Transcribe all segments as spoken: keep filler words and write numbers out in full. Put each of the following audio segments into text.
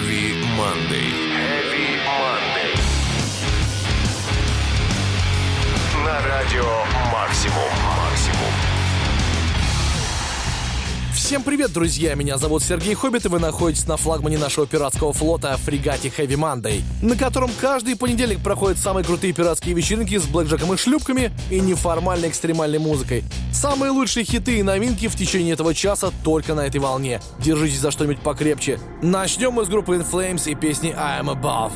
Heavy Monday. Heavy Monday. На радио Максимум. Максимум. Всем привет, друзья! Меня зовут Сергей Хоббит, и вы находитесь на флагмане нашего пиратского флота фрегате Heavy Monday, на котором каждый понедельник проходят самые крутые пиратские вечеринки с блэкджеком и шлюпками и неформальной экстремальной музыкой. Самые лучшие хиты и новинки в течение этого часа только на этой волне. Держитесь за что-нибудь покрепче. Начнем мы с группы In Flames и песни I Am Above.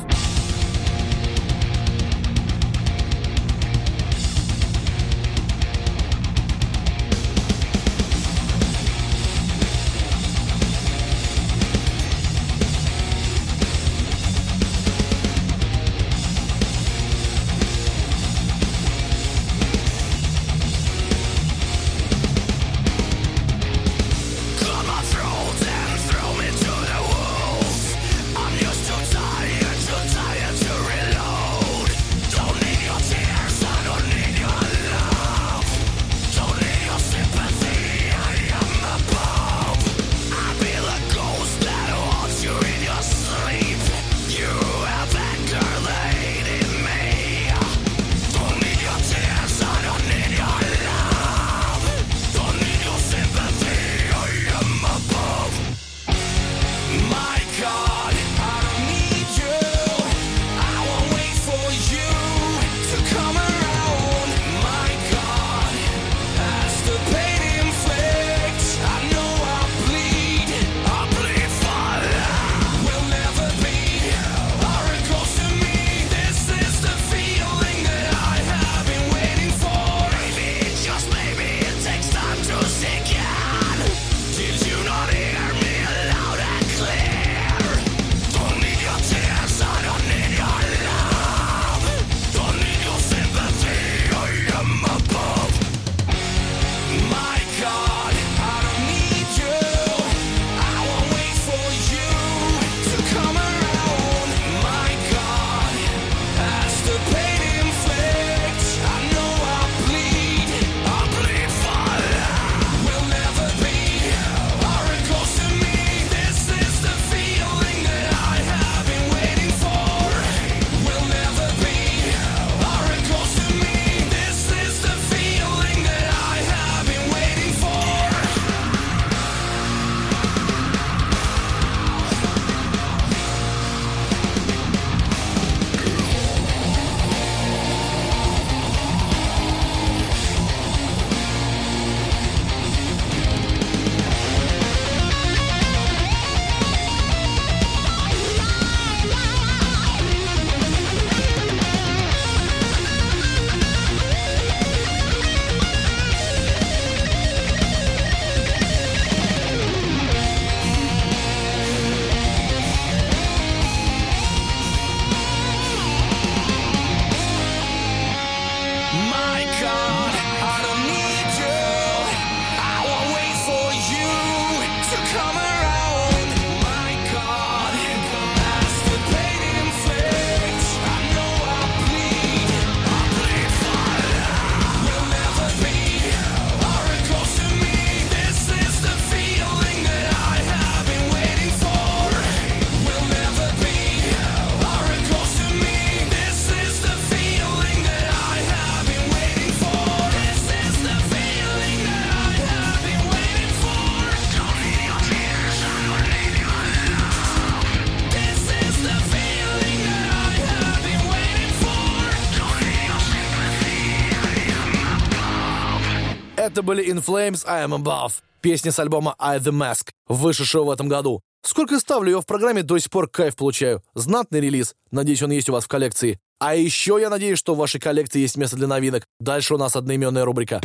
Это были In Flames, I Am Above, песня с альбома I The Mask, вышедшего в этом году. Сколько ставлю его в программе, до сих пор кайф получаю. Знатный релиз, надеюсь, он есть у вас в коллекции. А еще я надеюсь, что в вашей коллекции есть место для новинок. Дальше у нас одноименная рубрика.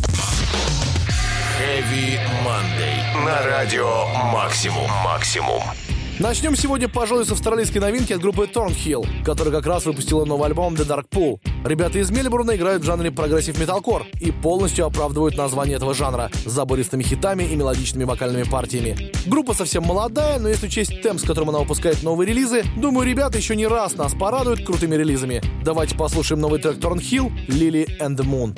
Heavy Monday. На радио Максимум. Максимум. Начнем сегодня, пожалуй, с австралийской новинки от группы Thornhill, которая как раз выпустила новый альбом The Dark Pool. Ребята из Мельбурна играют в жанре прогрессив металкор и полностью оправдывают название этого жанра забористыми хитами и мелодичными вокальными партиями. Группа совсем молодая, но если учесть темп, с которым она выпускает новые релизы, думаю, ребята еще не раз нас порадуют крутыми релизами. Давайте послушаем новый трек Thornhill «Lily and the Moon».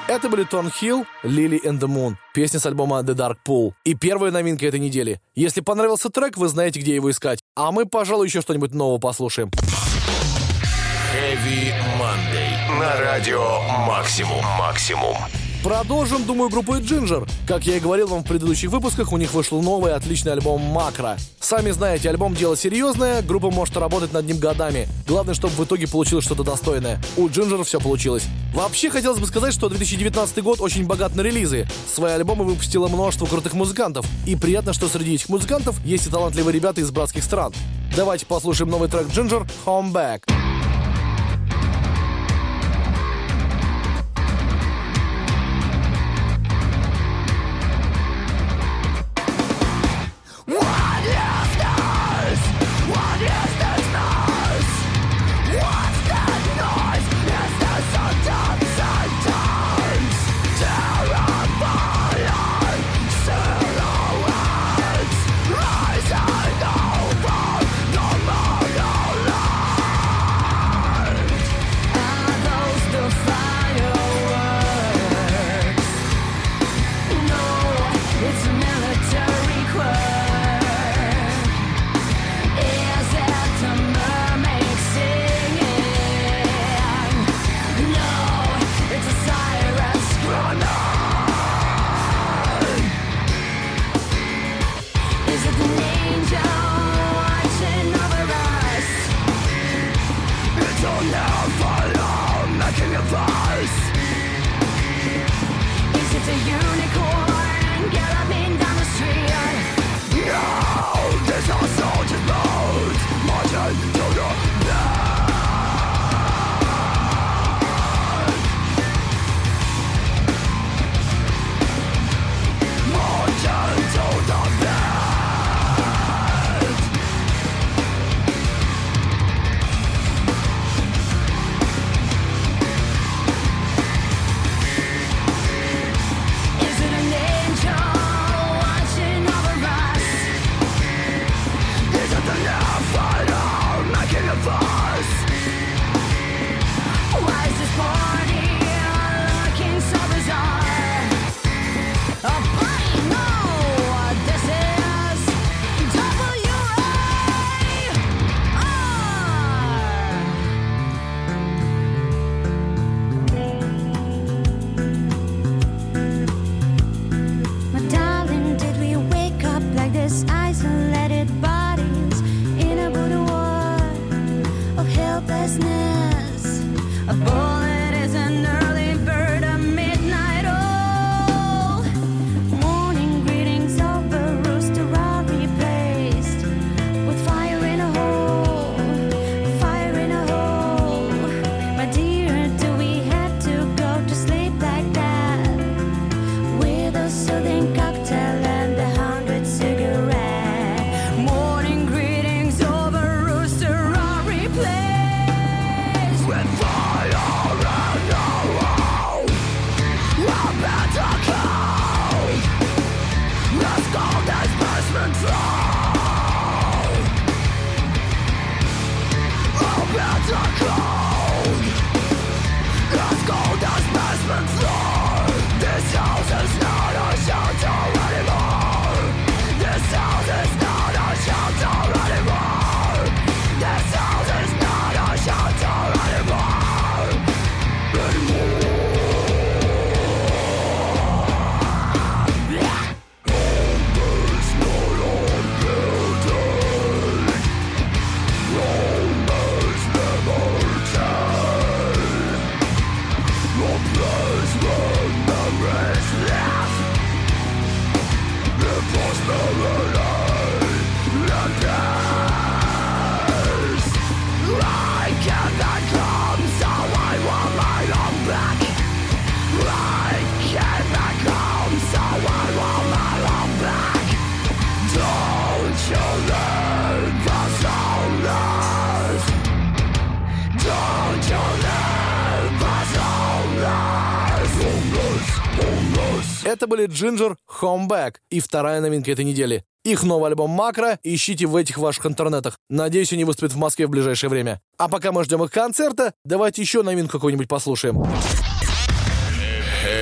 Это были Thornhill, Lily and the Moon, песня с альбома The Dark Pool. И первая новинка этой недели. Если понравился трек, вы знаете, где его искать. А мы, пожалуй, еще что-нибудь нового послушаем. Heavy Monday на радио Максимум. Максимум. Продолжим, думаю, группой Ginger. Как я и говорил вам в предыдущих выпусках, у них вышел новый отличный альбом «Макро». Сами знаете, альбом дело серьезное, группа может работать над ним годами. Главное, чтобы в итоге получилось что-то достойное. У Ginger все получилось. Вообще, хотелось бы сказать, что две тысячи девятнадцатый год очень богат на релизы. Свои альбомы выпустило множество крутых музыкантов. И приятно, что среди этих музыкантов есть и талантливые ребята из братских стран. Давайте послушаем новый трек Ginger «Home Back». Это были Ginger «Home Back» и вторая новинка этой недели. Их новый альбом «Макро» ищите в этих ваших интернетах. Надеюсь, они выступят в Москве в ближайшее время. А пока мы ждем их концерта, давайте еще новинку какую-нибудь послушаем.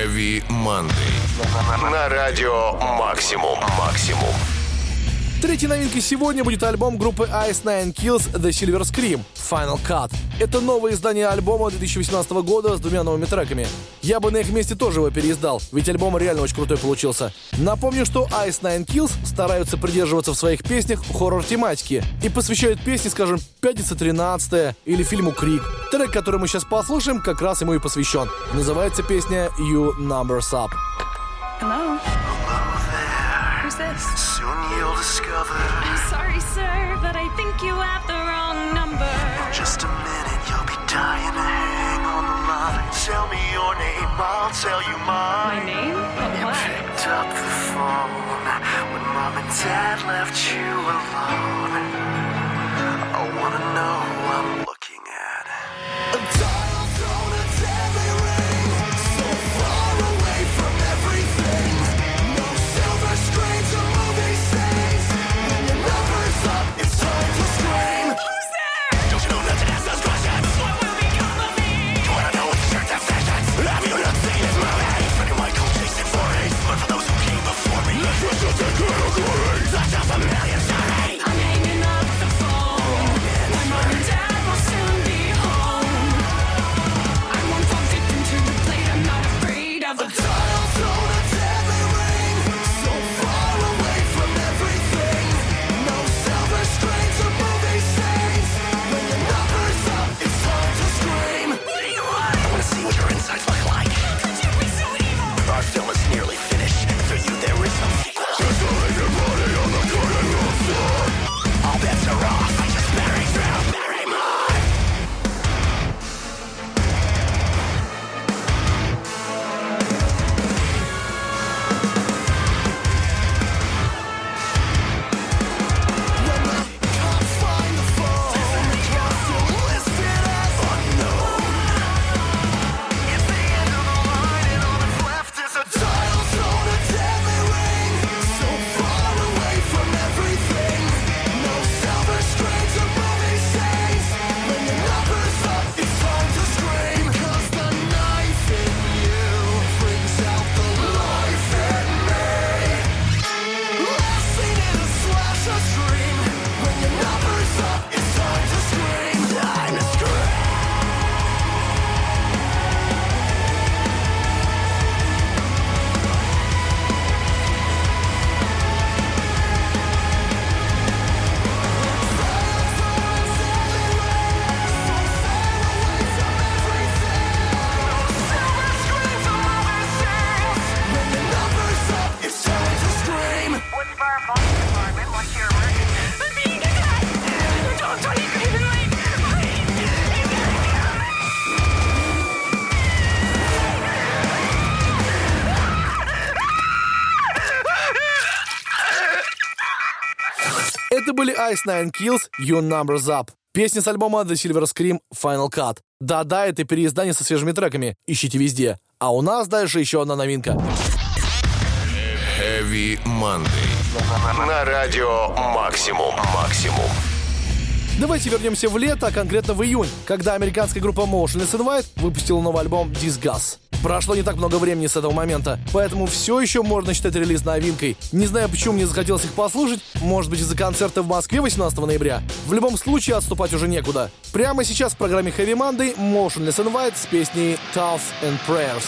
Heavy Monday. На радио Максимум. Максимум. Третьей новинкой сегодня будет альбом группы Ice Nine Kills The Silver Scream Final Cut. Это новое издание альбома две тысячи восемнадцатого года с двумя новыми треками. Я бы на их месте тоже его переиздал, ведь альбом реально очень крутой получился. Напомню, что Ice Nine Kills стараются придерживаться в своих песнях хоррор-тематики и посвящают песни, скажем, «Пятница тринадцатая» или фильму «Крик». Трек, который мы сейчас послушаем, как раз ему и посвящен. Называется песня You Numbers Up. Hello? Who's this? Soon you'll discover. I'm sorry, sir, but I think you have the wrong number. In just a minute, you'll be dying to hang on the line. Tell me your name, I'll tell you mine. My name? But You what? picked up the phone when mom and dad left you alone. I wanna know who I'm looking at. A dial tone, a deadly ring, so far away from everything. No silver screens or movie scenes. When your number's up, it's time to scream. Who's there? Don't you know nothing else those questions? What will become of me? You wanna know what the shirt's obsessions? Have you not seen this movie? Spreading my cold chasing for it. But for those who came before me, let's just take category. That's a familiar story. I'm hanging up the phone. My mom and dad will soon be home. I won't fall victim to the blade. I'm not afraid of A dial tone, a deadly ring, so far away from everything. No silver screens or movie scenes. When your number's up, it's time to scream. What do you want? I wanna see what your insides look like. How could you be so evil? Our film is nearly finished. For you, there is no sequel. All bets are off. I just bury through, bury more. When the cops find the phone, you're still listed as unknown. It's the end of the line, and all that's left is a dial tone, a deadly ring, so far away from everything. No silver screens or movie scenes. When your number's up, it's time to scream. 'Cause the knife in you brings out the life in me. Last seen in a slasher stream. When your number's up, it's time to scream. Time to scream. When your number's up, it's time to scream. What's Fire Fire Department? What's your emergency? I'm being attacked. Don't tell me even late. Please. You gotta be honest. Это были Ice Nine Kills You Numbers Up. Песня с альбома The Silver Scream Final Cut. Да-да, это переиздание со свежими треками. Ищите везде. А у нас дальше еще одна новинка. Heavy Monday. На радио Максимум. Максимум. Давайте вернемся в лето, а конкретно в июнь, когда американская группа Motionless in White выпустила новый альбом Disgust. Прошло не так много времени с этого момента, поэтому все еще можно считать релиз новинкой. Не знаю, почему мне захотелось их послушать, может быть из-за концерта в Москве восемнадцатого ноября. В любом случае отступать уже некуда. Прямо сейчас в программе Heavy Monday Motionless in White с песней Tough and Prayers.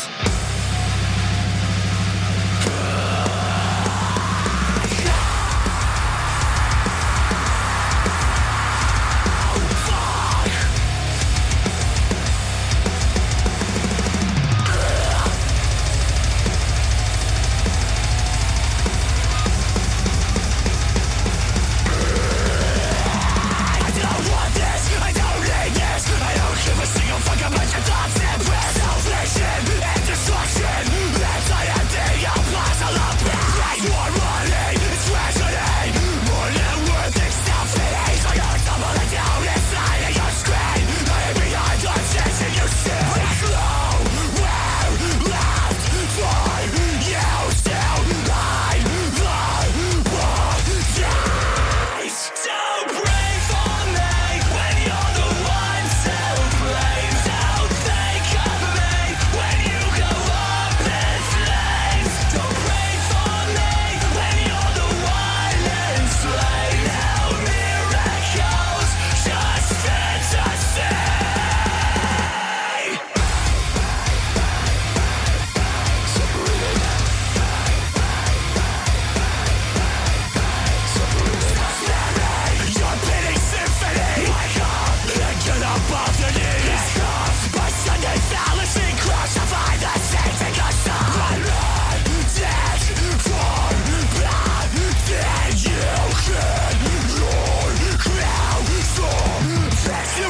I don't need this. I don't give a single fuck about your thoughts and prayers. Self-nation and destruction.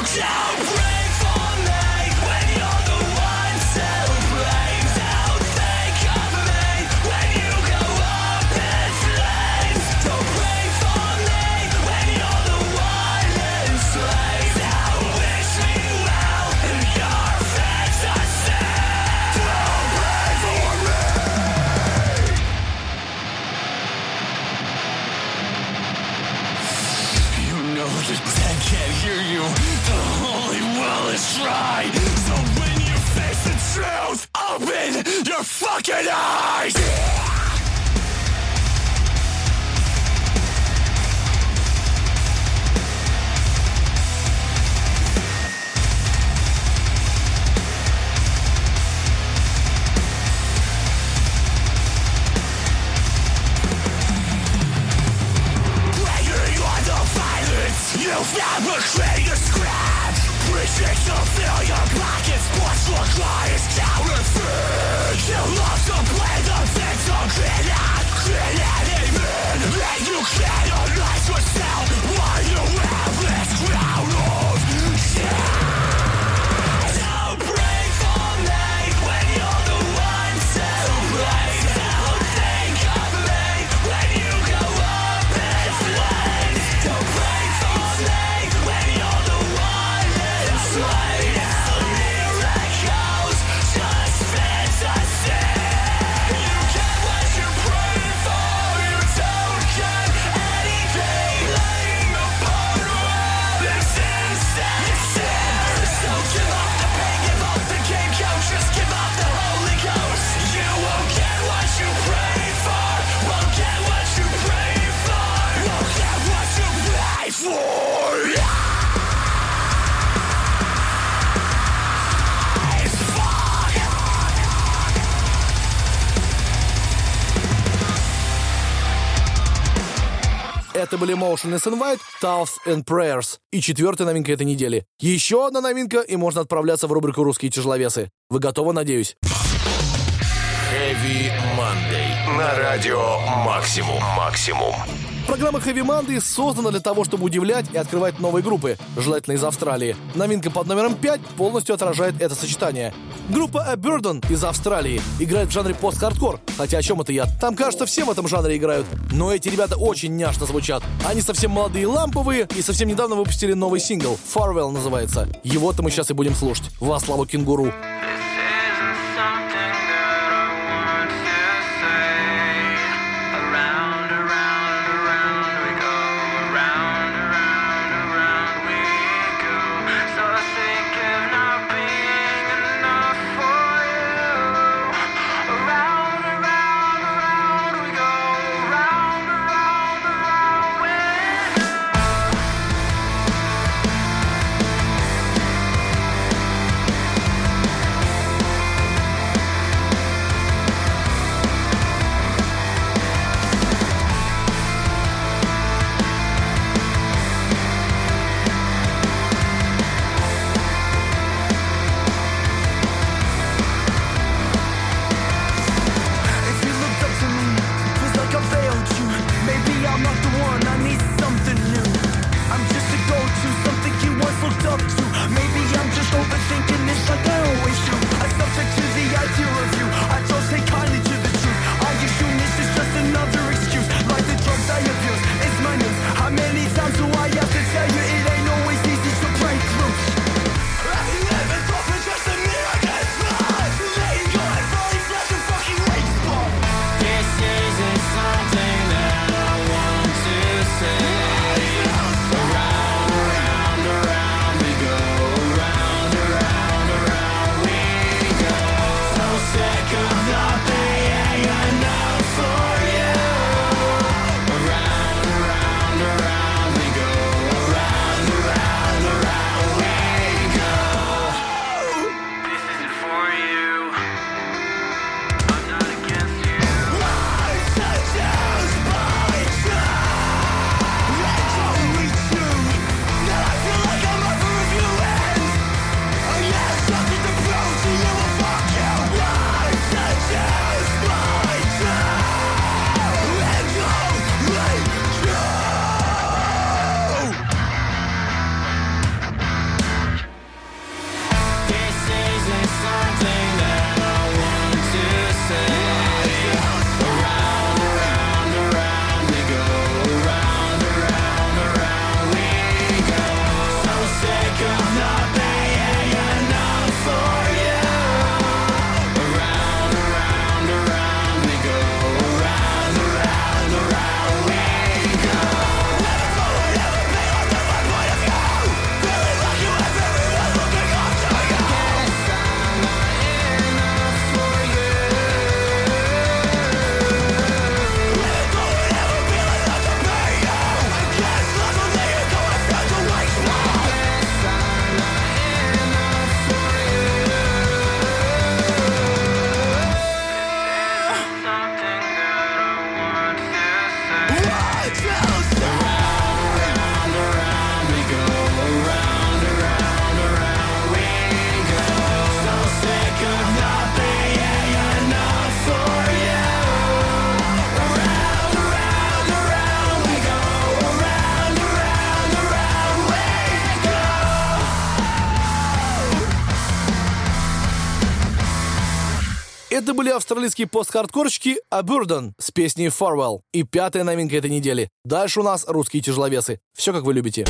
Это были Motionless in White, Thoughts and Prayers. И четвертая новинка этой недели. Еще одна новинка, и можно отправляться в рубрику «Русские тяжеловесы». Вы готовы, надеюсь? Heavy Monday. На радио Максимум. Максимум. Программа Heavy Monday создана для того, чтобы удивлять и открывать новые группы, желательно из Австралии. Новинка под номером пять полностью отражает это сочетание. Группа A Burden из Австралии играет в жанре пост-хардкор. Хотя о чем это я? Там, кажется, все в этом жанре играют. Но эти ребята очень няшно звучат. Они совсем молодые и ламповые, и совсем недавно выпустили новый сингл. Farewell называется. Его-то мы сейчас и будем слушать. Во славу кенгуру. Round Это были австралийские пост-хардкорщики A Burden с песней Farewell. И пятая новинка этой недели. Дальше у нас русские тяжеловесы. Все как вы любите.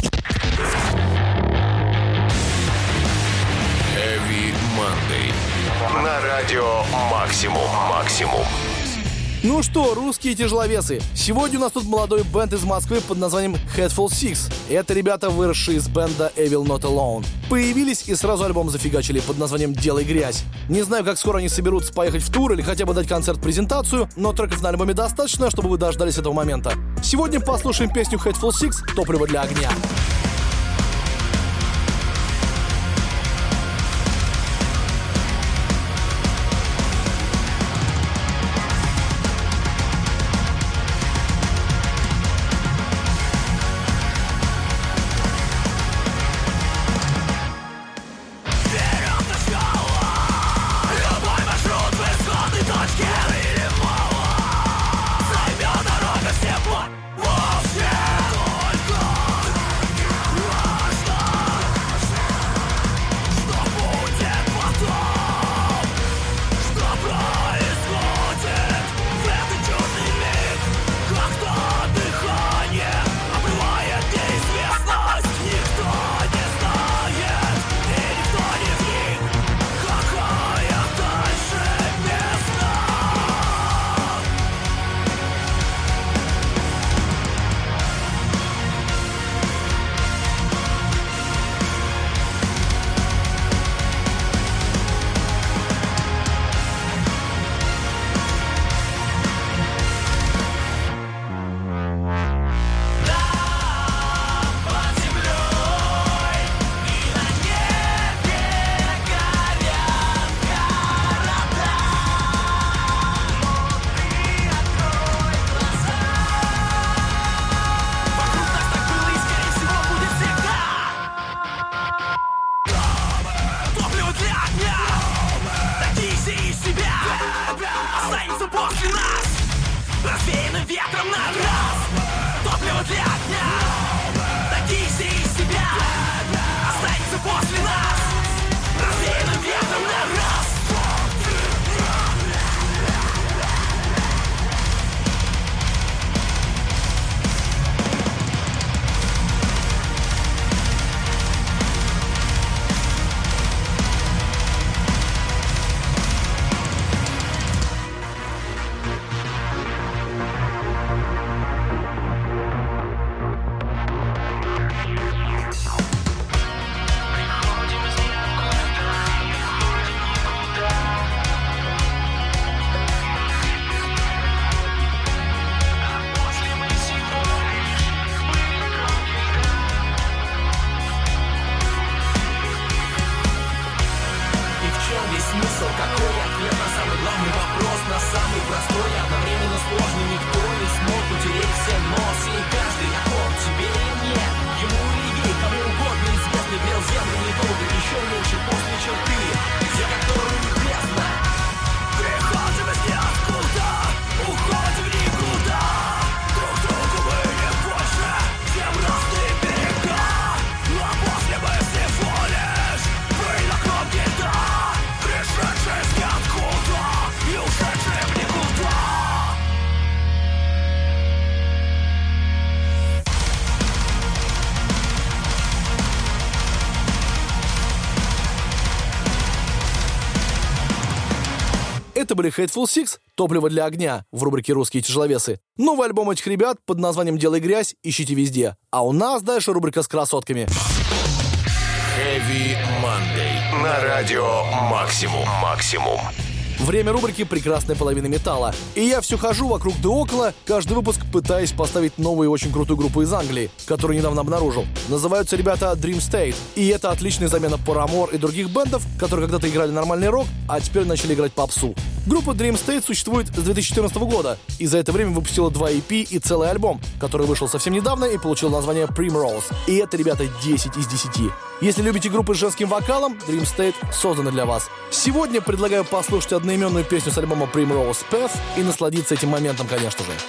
Heavy Monday. На радио Максимум. Максимум. Ну что, русские тяжеловесы. Сегодня у нас тут молодой бенд из Москвы под названием Hateful Six. Это ребята, выросшие из бенда Evil Not Alone. Появились и сразу альбом зафигачили под названием «Делай грязь». Не знаю, как скоро они соберутся поехать в тур или хотя бы дать концерт-презентацию, но треков на альбоме достаточно, чтобы вы дождались этого момента. Сегодня послушаем песню Hateful Six «Топливо для огня». Это были Hateful Six, «Топливо для огня» в рубрике «Русские тяжеловесы». Новый альбом этих ребят под названием «Делай грязь» ищите везде. А у нас дальше рубрика с красотками. Heavy Monday. На радио Максимум. Максимум. Время рубрики «Прекрасная половина металла». И я все хожу вокруг да около, каждый выпуск пытаясь поставить новую очень крутую группу из Англии, которую недавно обнаружил. Называются ребята Dream State. И это отличная замена Paramore и других бендов, которые когда-то играли нормальный рок, а теперь начали играть попсу. Группа Dream State существует с две тысячи четырнадцатого года, и за это время выпустила два и пи и целый альбом, который вышел совсем недавно и получил название Primrose. И это, ребята, десять из десяти. Если любите группы с женским вокалом, Dream State созданы для вас. Сегодня предлагаю послушать одноименную песню с альбома Primrose Path и насладиться этим моментом, конечно же.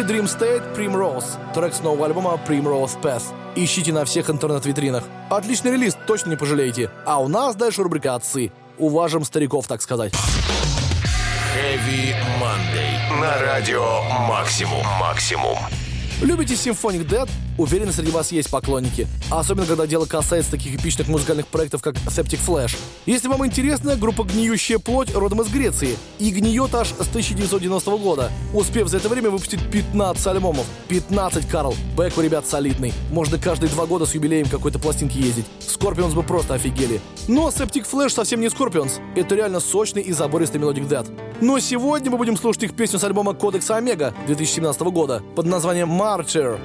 Dream State Primrose, трек с нового альбома Primrose Path. Ищите на всех интернет-витринах. Отличный релиз, точно не пожалеете. А у нас дальше рубрика «Отцы». Уважим стариков, так сказать. Heavy Monday. На радио Максимум. Максимум. Любите Symphonic Dead? Уверен, среди вас есть поклонники. Особенно, когда дело касается таких эпичных музыкальных проектов, как Septic Flesh. Если вам интересно, группа «Гниющая плоть» родом из Греции. И гниет аж с тысяча девятьсот девяностого года, успев за это время выпустить пятнадцать альбомов. пятнадцать, Карл. Бэк у ребят солидный. Можно каждые два года с юбилеем какой-то пластинки ездить. Scorpions бы просто офигели. Но Septic Flesh совсем не Scorpions. Это реально сочный и забористый Melodic Death. Но сегодня мы будем слушать их песню с альбома Codex Омега две тысячи семнадцатого года под названием «Martyr».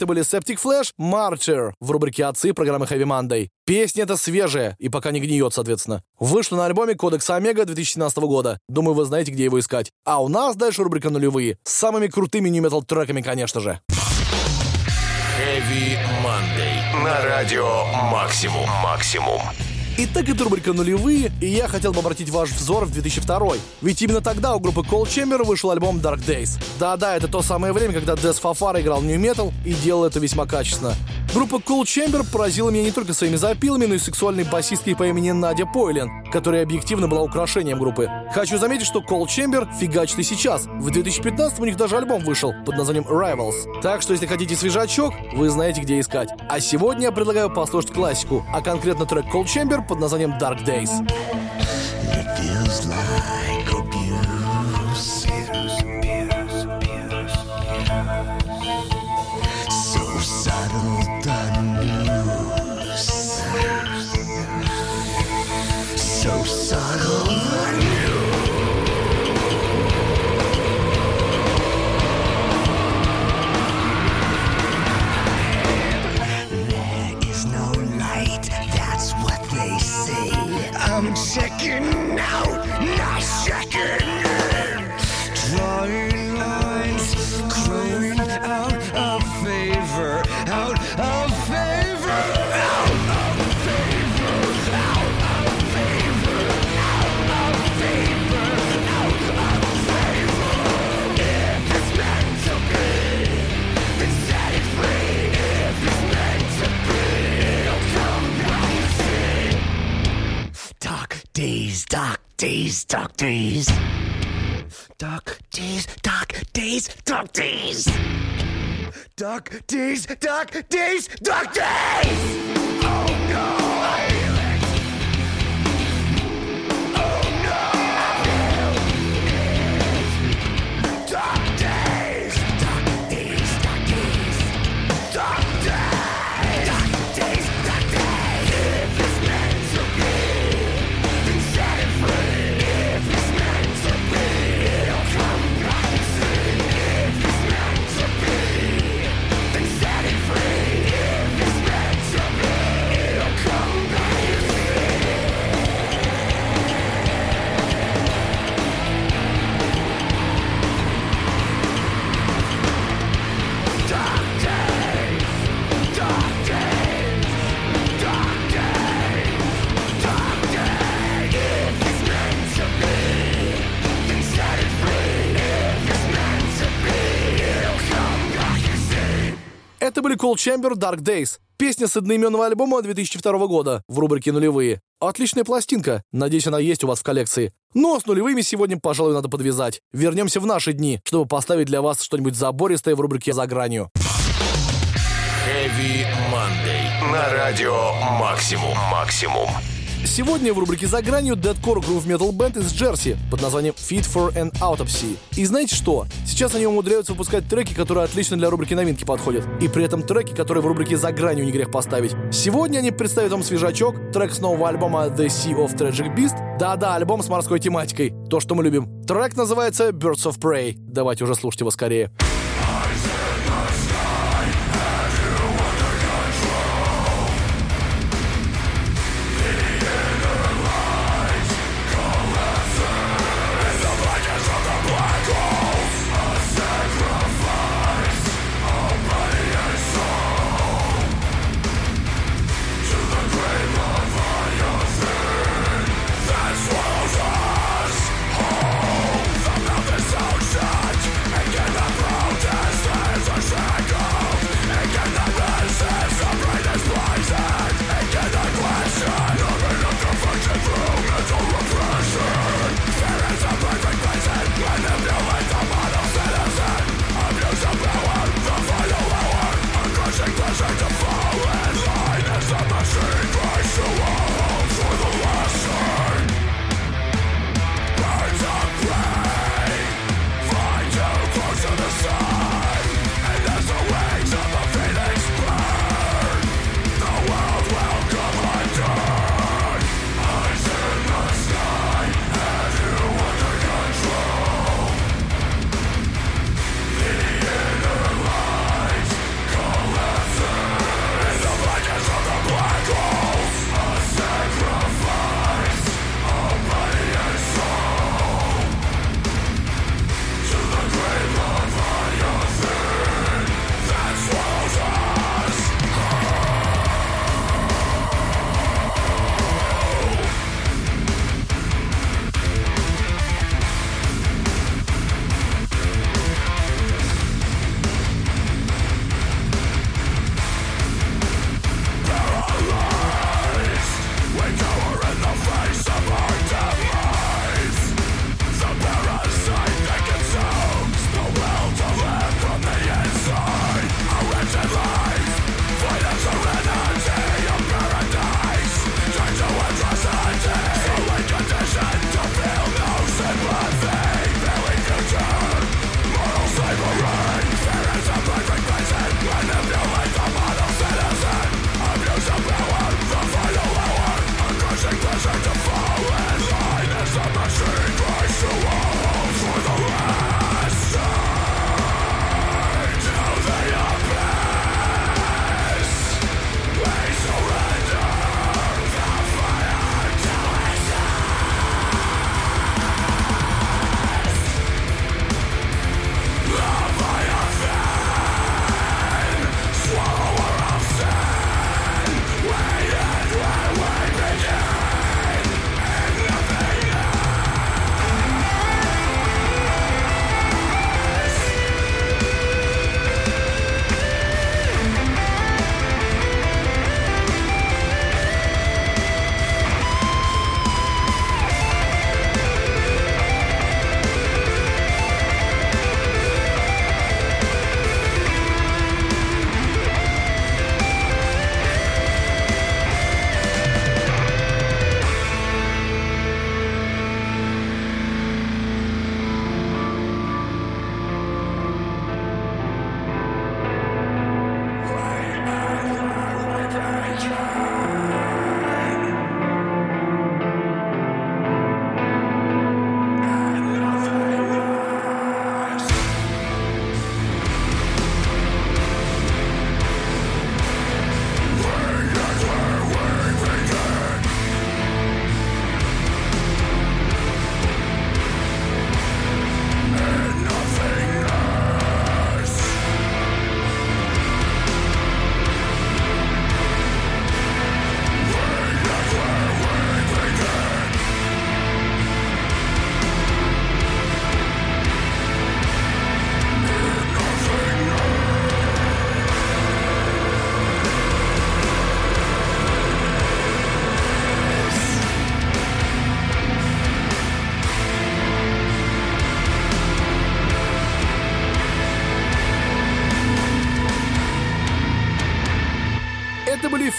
Это были Septic Flesh, Martyr в рубрике «Отцы» программы Heavy Monday. Песня эта свежая и пока не гниет, соответственно. Вышла на альбоме Codex Омега две тысячи семнадцатого года. Думаю, вы знаете, где его искать. А у нас дальше рубрика «Нулевые». С самыми крутыми нью-метал треками, конечно же. Heavy Monday. На радио Максимум. Максимум. Итак, это рубрика «Нулевые», и я хотел бы обратить ваш взор в две тысячи второй. Ведь именно тогда у группы Cold Chamber вышел альбом Dark Days. Да-да, это то самое время, когда Дэс Фафара играл нью-метал и делал это весьма качественно. Группа Cold Chamber поразила меня не только своими запилами, но и сексуальной басисткой по имени Надя Пойлен, которая объективно была украшением группы. Хочу заметить, что Cold Chamber фигачит и сейчас. В две тысячи пятнадцатом у них даже альбом вышел под названием Rivals. Так что, если хотите свежачок, вы знаете, где искать. А сегодня я предлагаю послушать классику, а конкретно трек Cold Chamber под названием Dark Days. It feels like abuse. So subtle the news. So subtle the news. There is no light, that's what they say. I'm checking out, not checking in. Drawing lines, crowing out of favor, out of favor, out of favor, out of favor, out of favor, out of favor. If it's meant to be, then set it free. If it's meant to be, it'll come right see. Dark days, dark days, dark days. Dark days, dark days, dark days. Dark days, dark days, dark days. Oh no. I feel it. Oh no. I feel it. Dark days, dark days, dark days. Dark days, dark days, dark days. If it's meant to be, then set it free. If it's meant to be, it'll come right see. If it's meant to be, then set it free. If it's meant to be, it'll come right see. Dark days, dark days, dark days, dark days. If it's meant to be, then set it free. If it's meant to be, it'll come back and see. Это были Cold Chamber Dark Days. Песня с одноименного альбома две тысячи второго года в рубрике «Нулевые». Отличная пластинка. Надеюсь, она есть у вас в коллекции. Но с нулевыми сегодня, пожалуй, надо подвязать. Вернемся в наши дни, чтобы поставить для вас что-нибудь забористое в рубрике «За гранью». Heavy Monday. На радио Максимум. Максимум. Сегодня в рубрике «За гранью» дэдкор грув метал бенд из Джерси под названием Fit for an Autopsy. И знаете что? Сейчас они умудряются выпускать треки, которые отлично для рубрики новинки подходят. И при этом треки, которые в рубрике «За гранью» не грех поставить. Сегодня они представят вам свежачок, трек с нового альбома The Sea of Tragic Beast. Да-да, альбом с морской тематикой. То, что мы любим. Трек называется Birds of Prey. Давайте уже слушать его скорее. From the ocean, and get the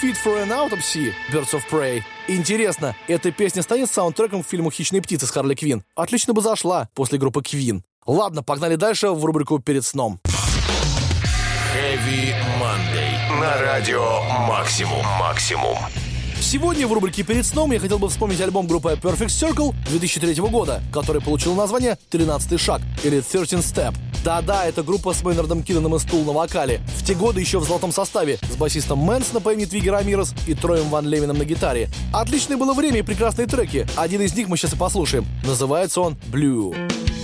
Fit for an Autopsy, Birds of Prey. Интересно, эта песня станет саундтреком к фильму «Хищные птицы» с Харли Квинн? Отлично бы зашла после группы Queen. Ладно, погнали дальше в рубрику «Перед сном». Heavy Monday. На радио Максимум. Максимум. Сегодня в рубрике «Перед сном» я хотел бы вспомнить альбом группы Perfect Circle две тысячи третьего года, который получил название «тринадцатый шаг» или «thirteenth Step». Да-да, это группа с Мейнардом Кинноном и Стул на вокале. В те годы еще в золотом составе, с басистом Мэнс на поимне Твиги Рамирес и Троем Ван Левином на гитаре. Отличное было время и прекрасные треки. Один из них мы сейчас и послушаем. Называется он «Blue».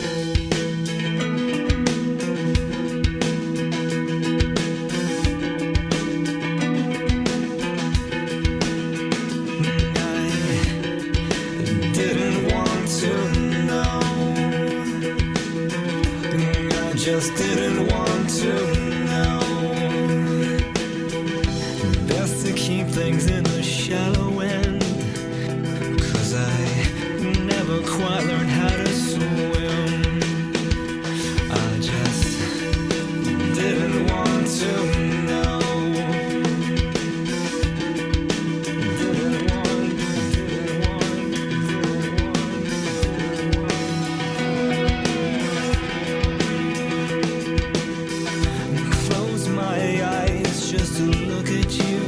Just didn't want to know. Best to keep things in the shallow end, 'cause I never quite learned how to swim. I just didn't want to know. Didn't want, didn't want, didn't want. Close my eyes just to look at you,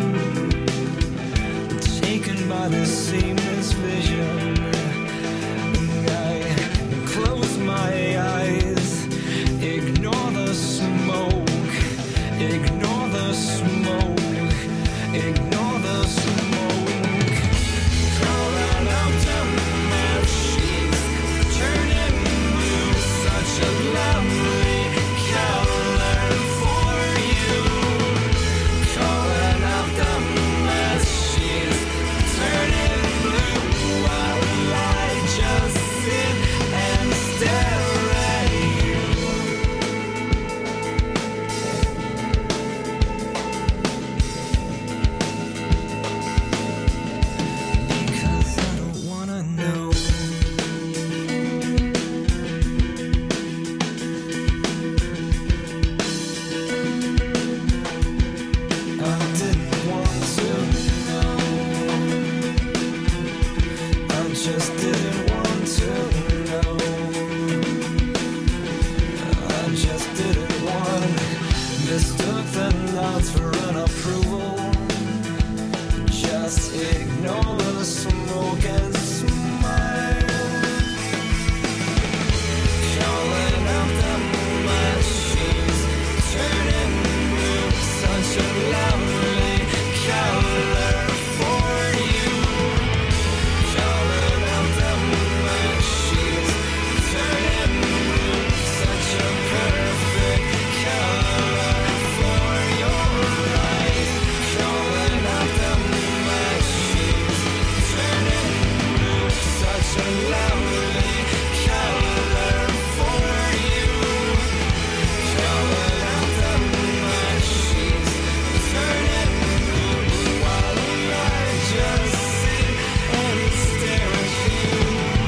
taken by the seamless vision. I close my eyes, ignore the smoke, ignore the smoke, ignore the smoke. Crawling out to my sheets, turning blue, such a lovely color for you. Crawling out the my sheets, turning blue, while I just sit and stare at you. Because I don't wanna know. I didn't want to know. I just didn't want to know. I just didn't want. Mistook the nods for an approval. Just ignore the smoke and smile. Calling out the machines, turning blue, such a lovely color for you. Calling out the machines, turning blue, such a perfect color for your eyes. Calling out the machines, turning blue, such a lovely color for you. Calling out the machines, turning blue, while I just sit and stare at you.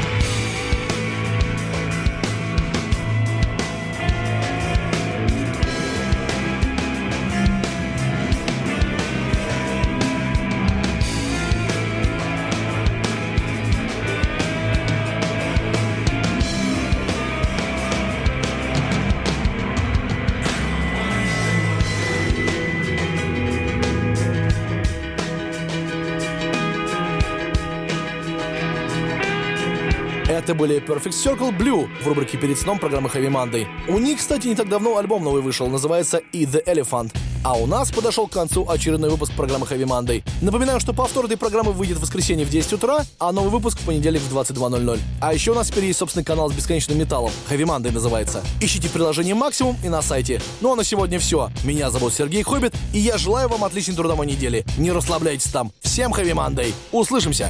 Это были Perfect Circle Blue в рубрике «Перед сном» программы Heavy Monday. У них, кстати, не так давно альбом новый вышел, называется «Eat the Elephant». А у нас подошел к концу очередной выпуск программы Heavy Monday. Напоминаю, что повтор этой программы выйдет в воскресенье в десять утра, а новый выпуск в понедельник в двадцать два ноль ноль. А еще у нас теперь есть собственный канал с бесконечным металлом. Heavy Monday называется. Ищите в приложении «Максимум» и на сайте. Ну а на сегодня все. Меня зовут Сергей Хоббит, и я желаю вам отличной трудовой недели. Не расслабляйтесь там. Всем Heavy Monday. Услышимся.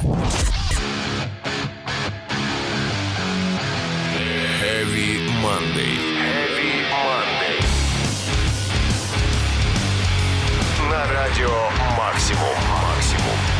Heavy Monday. Heavy Monday. На радио Максимум. Максимум.